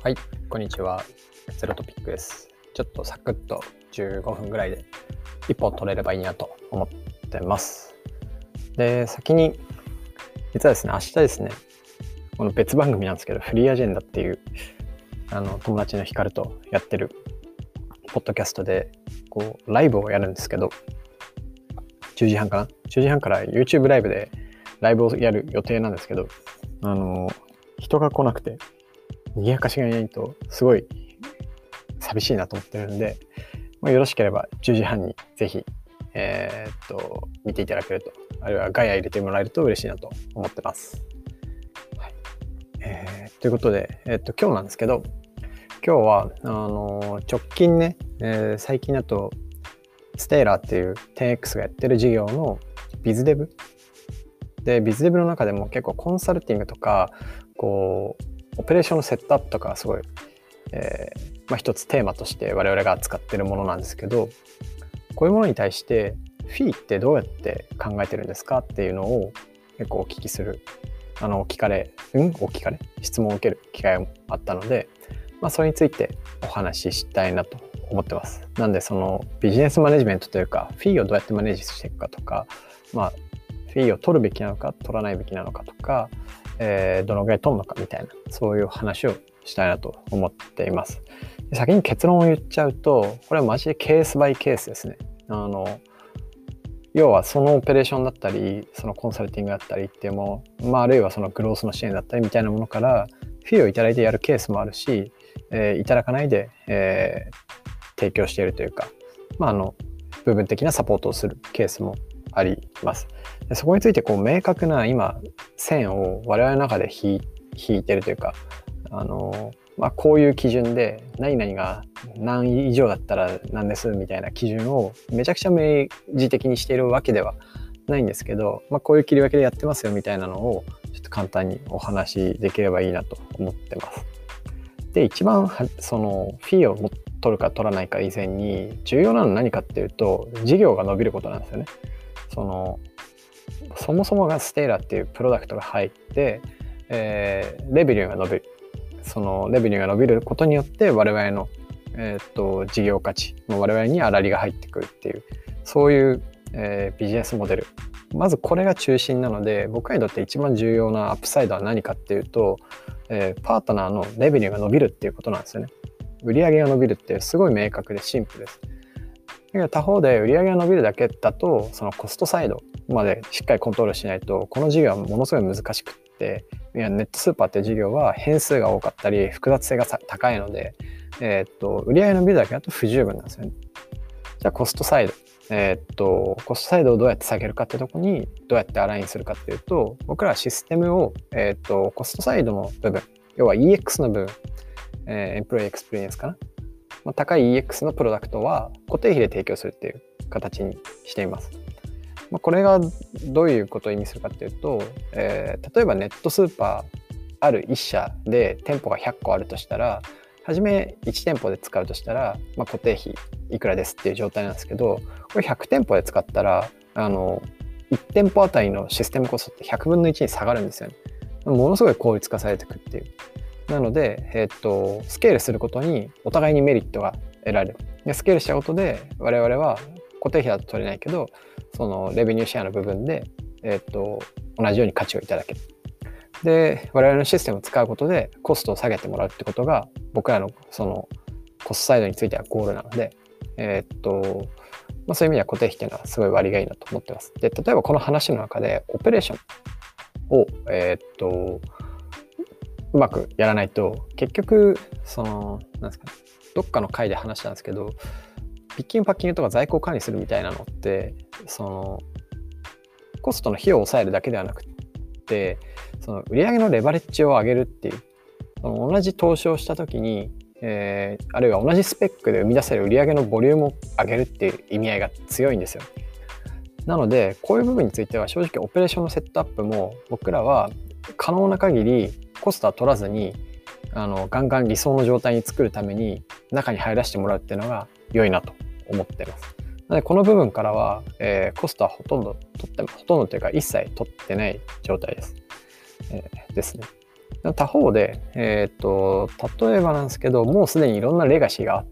はい、こんにちは。ゼロトピックです。ちょっとサクッと15分ぐらいで1本取れればいいなと思ってます。で、先に、実はですね、明日ですね、この別番組なんですけど、フリーアジェンダっていう、友達のヒカルとやってるポッドキャストで、ライブをやるんですけど、10時半かな ?10 時半から YouTube ライブでライブをやる予定なんですけど、人が来なくて、賑やかしがいないとすごい寂しいなと思ってるんで、よろしければ10時半にぜひ、見ていただけると、あるいはガヤ入れてもらえると嬉しいなと思ってます。はい。ということで、今日なんですけど、今日は直近ね、最近だとステーラーっていう 10X がやってる事業のビズデブで、ビズデブの中でも結構コンサルティングとかオペレーションのセットアップとかすごい、一つテーマとして我々が扱ってるものなんですけど、こういうものに対してフィーってどうやって考えてるんですかっていうのを結構お聞きする、質問を受ける機会もあったので、それについてお話ししたいなと思ってます。なんでそのビジネスマネジメントというか、フィーをどうやってマネージしていくかとか、フィーを取るべきなのか取らないべきなのかとか、どのぐらい取るのかみたいな、そういう話をしたいなと思っています。で、先に結論を言っちゃうと、これはマジでケースバイケースですね。要はそのオペレーションだったり、そのコンサルティングだったりっていうもの、あるいはそのグロースの支援だったりみたいなものからフィーをいただいてやるケースもあるし、いただかないで、提供しているというか、部分的なサポートをするケースもあります。で、そこについて明確な今線を我々の中で引いてるというか、こういう基準で何々が何以上だったら何ですみたいな基準をめちゃくちゃ明示的にしているわけではないんですけど、こういう切り分けでやってますよみたいなのをちょっと簡単にお話しできればいいなと思ってます。で、一番そのフィーを取るか取らないか以前に重要なのは何かっていうと、事業が伸びることなんですよね。そもそもがステーラっていうプロダクトが入って、レベニューが伸びる。そのレベニューが伸びることによって我々の、事業価値、我々に粗利が入ってくるっていう、そういう、ビジネスモデル。まずこれが中心なので、僕らにとって一番重要なアップサイドは何かっていうと、パートナーのレベニューが伸びるっていうことなんですよね。売上が伸びるってすごい明確でシンプルです。他方で売上が伸びるだけだと、そのコストサイドまでしっかりコントロールしないと、この事業はものすごい難しくって、ネットスーパーっていう事業は変数が多かったり複雑性が高いので、売上が伸びるだけだと不十分なんですよね。じゃあコストサイド、コストサイドをどうやって下げるかってとこにどうやってアラインするかっていうと、僕らはシステムを、コストサイドの部分、要は EX の部分、エンプロイエクスペリエンスかな、高い EX のプロダクトは固定費で提供するっていう形にしています。これがどういうことを意味するかっていうと、例えばネットスーパーある1社で店舗が100個あるとしたら、初め1店舗で使うとしたら、固定費いくらですっていう状態なんですけど、これ100店舗で使ったら1店舗あたりのシステムコストって100分の1に下がるんですよね。ものすごい効率化されていくっていう。なので、スケールすることにお互いにメリットが得られる。で、スケールしたことで我々は固定費だと取れないけど、そのレベニューシェアの部分で、同じように価値をいただける。で、我々のシステムを使うことでコストを下げてもらうってことが僕らのそのコストサイドについてはゴールなので、そういう意味では固定費っていうのはすごい割がいいなと思ってます。で、例えばこの話の中でオペレーションを、うまくやらないと、結局どっかの回で話したんですけど、ピッキングパッキングとか在庫管理するみたいなのって、コストの費用を抑えるだけではなくて、その売上のレバレッジを上げるっていう、同じ投資をした時に、あるいは同じスペックで生み出せる売上のボリュームを上げるっていう意味合いが強いんですよ。なのでこういう部分については正直オペレーションのセットアップも僕らは可能な限りコストは取らずにガンガン理想の状態に作るために中に入らせてもらうっていうのが良いなと思っています。なのでこの部分からは、コストはほとんどというか一切取ってない状態です。ですね。 他方で、例えばなんですけど、もうすでにいろんなレガシーがあって、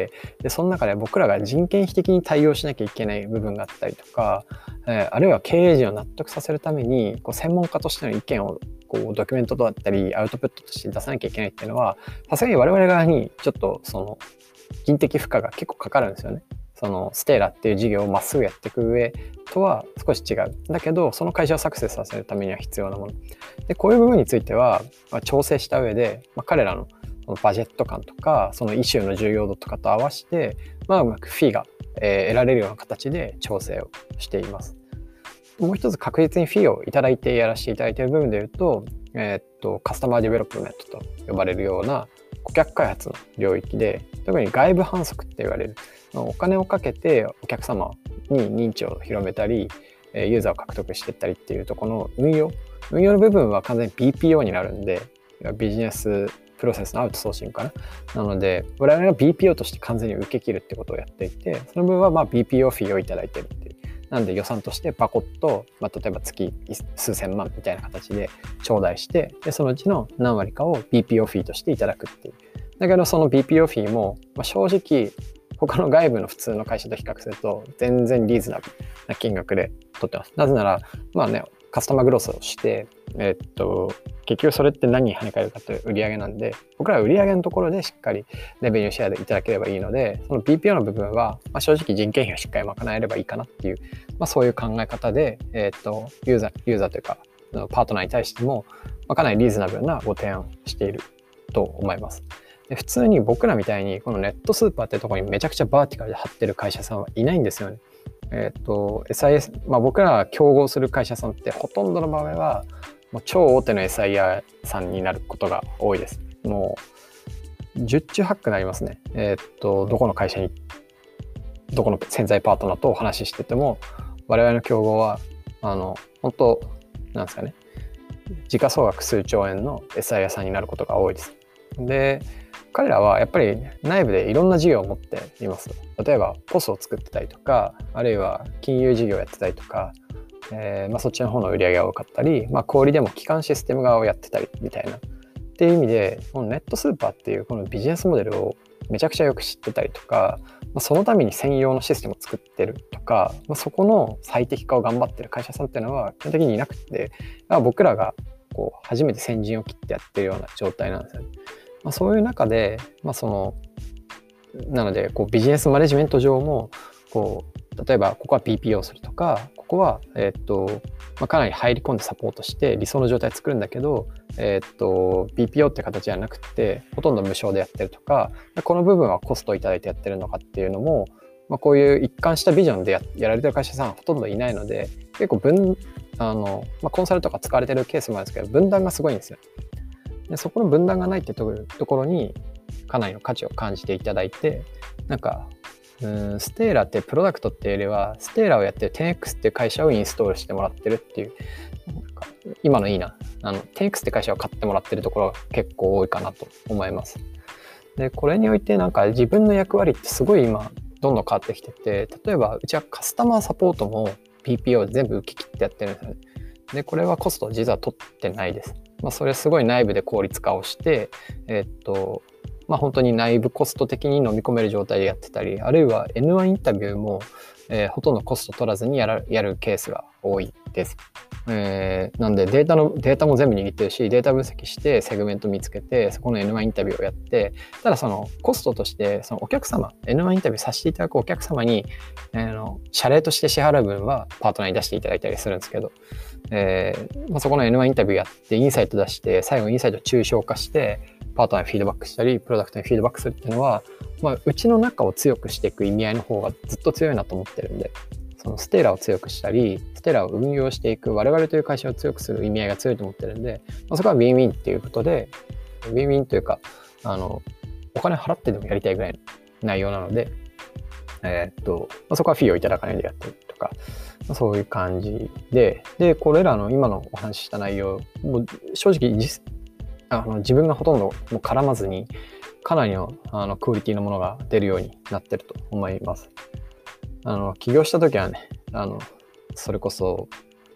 でその中で僕らが人件費的に対応しなきゃいけない部分があったりとか、あるいは経営陣を納得させるためにこう専門家としての意見をこうドキュメントだったりアウトプットとして出さなきゃいけないっていうのは、さすがに我々側にちょっとその人的負荷が結構かかるんですよね。そのステーラっていう事業をまっすぐやっていく上とは少し違う。だけどその会社をサクセスさせるためには必要なもので、こういう部分については、調整した上で、彼らのバジェット感とかそのイシューの重要度とかと合わせて、うまくフィーが、得られるような形で調整をしています。もう一つ確実にフィーをいただいてやらせていただいている部分でいうと、カスタマーディベロップメントと呼ばれるような顧客開発の領域で、特に外部販促って言われるお金をかけてお客様に認知を広めたりユーザーを獲得していったりっていうところの運用の部分は完全に BPO になるんで、ビジネスプロセスのアウトソーシングかな。なので我々が BPO として完全に受け切るってことをやっていて、その分はBPO フィーをいただいてるっていう。なんで予算としてパコッと、例えば月数千万みたいな形で頂戴して、でそのうちの何割かを BPO フィーとしていただくっていう。だけどその BPO フィーも、正直他の外部の普通の会社と比較すると全然リーズナブルな金額で取ってます。なぜならカスタマーグロスをして、結局それって何に跳ね返るかという売上なんで、僕らは売上のところでしっかりレベニューシェアでいただければいいので、その BPO の部分は、正直人件費をしっかり賄えればいいかなっていう、そういう考え方で、ユーザーというかパートナーに対しても、かなりリーズナブルなご提案をしていると思います。で普通に僕らみたいにこのネットスーパーってところにめちゃくちゃバーティカルで張ってる会社さんはいないんですよね。SIS、僕らが競合する会社さんってほとんどの場合はもう超大手の SIR さんになることが多いです。もう十中八九になりますね。どこの会社にどこの潜在パートナーとお話ししてても、我々の競合は本当なんですかね、時価総額数兆円の SIR さんになることが多いです。で彼らはやっぱり内部でいろんな事業を持っています。例えばポスを作ってたりとか、あるいは金融事業をやってたりとか、そっちの方の売り上げが多かったり、小売でも基幹システム側をやってたりみたいなっていう意味で、このネットスーパーっていうこのビジネスモデルをめちゃくちゃよく知ってたりとか、そのために専用のシステムを作ってるとか、そこの最適化を頑張ってる会社さんっていうのは基本的にいなくて、僕らがこう初めて先陣を切ってやってるような状態なんですよね。そういう中で、なのでこうビジネスマネジメント上もこう例えばここは BPO をするとか、ここは、かなり入り込んでサポートして理想の状態を作るんだけど、BPO って形じゃなくてほとんど無償でやってるとか、この部分はコストをいただいてやってるのかっていうのも、こういう一貫したビジョンで やられてる会社さんはほとんどいないので、結構コンサルとか使われてるケースもあるんですけど、分断がすごいんですよ。でそこの分断がないってところにかなりの価値を感じていただいて、ステーラってプロダクトっていうよりはステーラをやってる 10X っていう会社をインストールしてもらってるっていう、今のいいな、10X って会社を買ってもらってるところが結構多いかなと思います。でこれにおいて自分の役割ってすごい今どんどん変わってきてて、例えばうちはカスタマーサポートも PPO 全部受け切ってやってるんですよね。でこれはコスト実は取ってないです。それすごい内部で効率化をして、本当に内部コスト的に飲み込める状態でやってたり、あるいは N1 インタビューも、ほとんどコスト取らずにやるケースが多いです。なんでデータも全部握ってるし、データ分析してセグメント見つけて、そこの N1 インタビューをやって、ただそのコストとしてそのお客様 N1 インタビューさせていただくお客様に、謝礼として支払う分はパートナーに出していただいたりするんですけど、そこの N1 インタビューやってインサイト出して、最後インサイト抽象化してパートナーにフィードバックしたりプロダクトにフィードバックするっていうのは、うちの中を強くしていく意味合いの方がずっと強いなと思ってるんで、そのステーラを強くしたりステーラを運用していく我々という会社を強くする意味合いが強いと思ってるんで、そこはウィンウィンっていうことで、ウィンウィンというかお金払ってでもやりたいぐらいの内容なので、そこはフィーをいただかないでやってるとか、そういう感じで、これらの今のお話しした内容もう正直自分がほとんどもう絡まずにかなりのクオリティのものが出るようになってると思います。起業した時はね、それこそ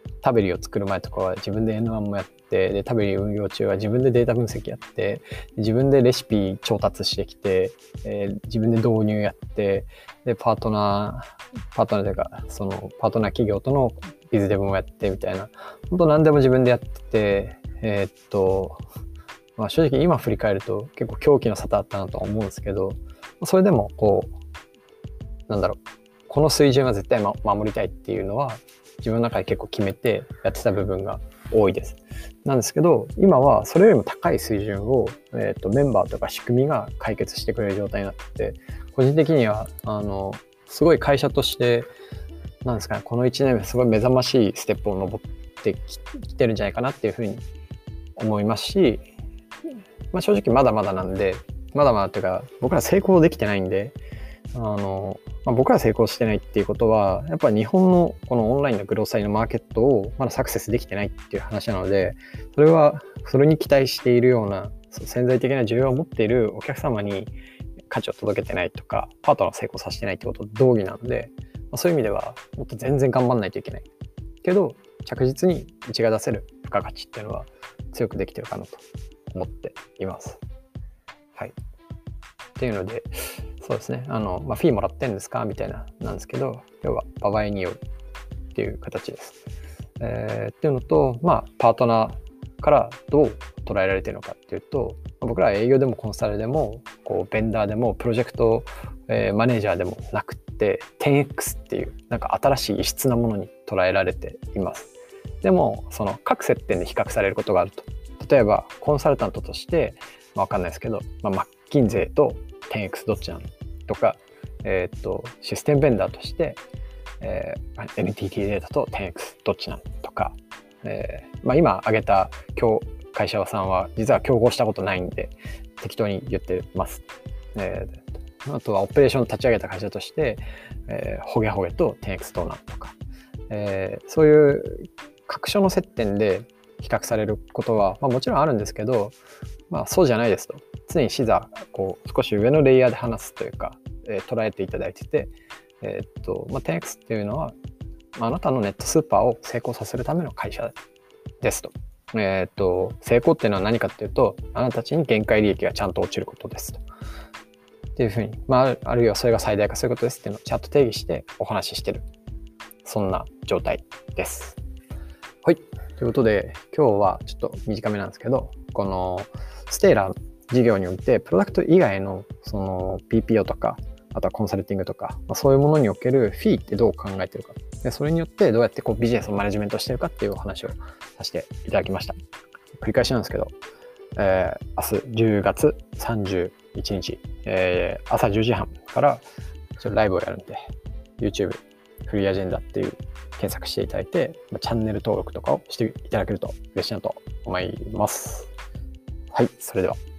タベリを作る前とかは自分で N1 もやって、でタベリ運用中は自分でデータ分析やって、自分でレシピ調達してきて、自分で導入やって、でパートナーというかそのパートナー企業とのビズデブもやってみたいな、本当何でも自分でやってて、まあ、正直今振り返ると結構狂気の沙汰あったなとは思うんですけど、それでもこうなんだろう、この水準は絶対守りたいっていうのは自分の中で結構決めてやってた部分が多いです。なんですけど今はそれよりも高い水準を、メンバーとか仕組みが解決してくれる状態になってて、個人的にはすごい会社としてなんですかね、この1年すごい目覚ましいステップを登ってきてるんじゃないかなっていうふうに思いますし、まあ、正直まだまだなんで、まだまだというか僕ら成功できてないんで、僕ら成功してないっていうことはやっぱり日本のこのオンラインのグローサイのマーケットをまだサクセスできてないっていう話なので、それに期待しているような潜在的な需要を持っているお客様に価値を届けてないとか、パートナーを成功させてないってことと同義なので、そういう意味ではもっと全然頑張んないといけないけど、着実にうちが出せる付加価値っていうのは強くできてるかなと思っています。はい。っていうので、そうですね、フィーもらってんですかみたいななんですけど、今日は場合によるっていう形です。っていうのと、パートナーからどう捉えられているのかっていうと、僕らは営業でもコンサルでもベンダーでもプロジェクト、マネージャーでもなくって 10X っていうなんか新しい異質なものに捉えられています。でもその各接点で比較されることがあると。例えばコンサルタントとして、わかんないですけど、マッキンゼーと 10X どっちなのとか、システムベンダーとして、NTT データと 10X どっちなのとか、今挙げた会社さんは実は競合したことないんで適当に言ってます。あとはオペレーションを立ち上げた会社として、ホゲホゲと 10X どうなのとか、そういう各所の接点で比較されることは、もちろんあるんですけど、そうじゃないですと。常に視座少し上のレイヤーで話すというか、捉えていただいてて、10X っていうのはあなたのネットスーパーを成功させるための会社ですと。成功っていうのは何かっていうと、あなたたちに限界利益がちゃんと落ちることですと。っていうふうに、あるいはそれが最大化することですっていうのをちゃんと定義してお話ししてる。そんな状態です。はい。ということで、今日はちょっと短めなんですけど、このステーラー事業において、プロダクト以外のその PPO とか、あとはコンサルティングとか、そういうものにおけるフィーってどう考えてるか。でそれによってどうやってビジネスをマネジメントしてるかっていうお話をさせていただきました。繰り返しなんですけど、明日10月31日、朝10時半からちょっとライブをやるんで、YouTube フリーアジェンダっていう検索していただいて、チャンネル登録とかをしていただけると嬉しいなと思います。はい、それでは。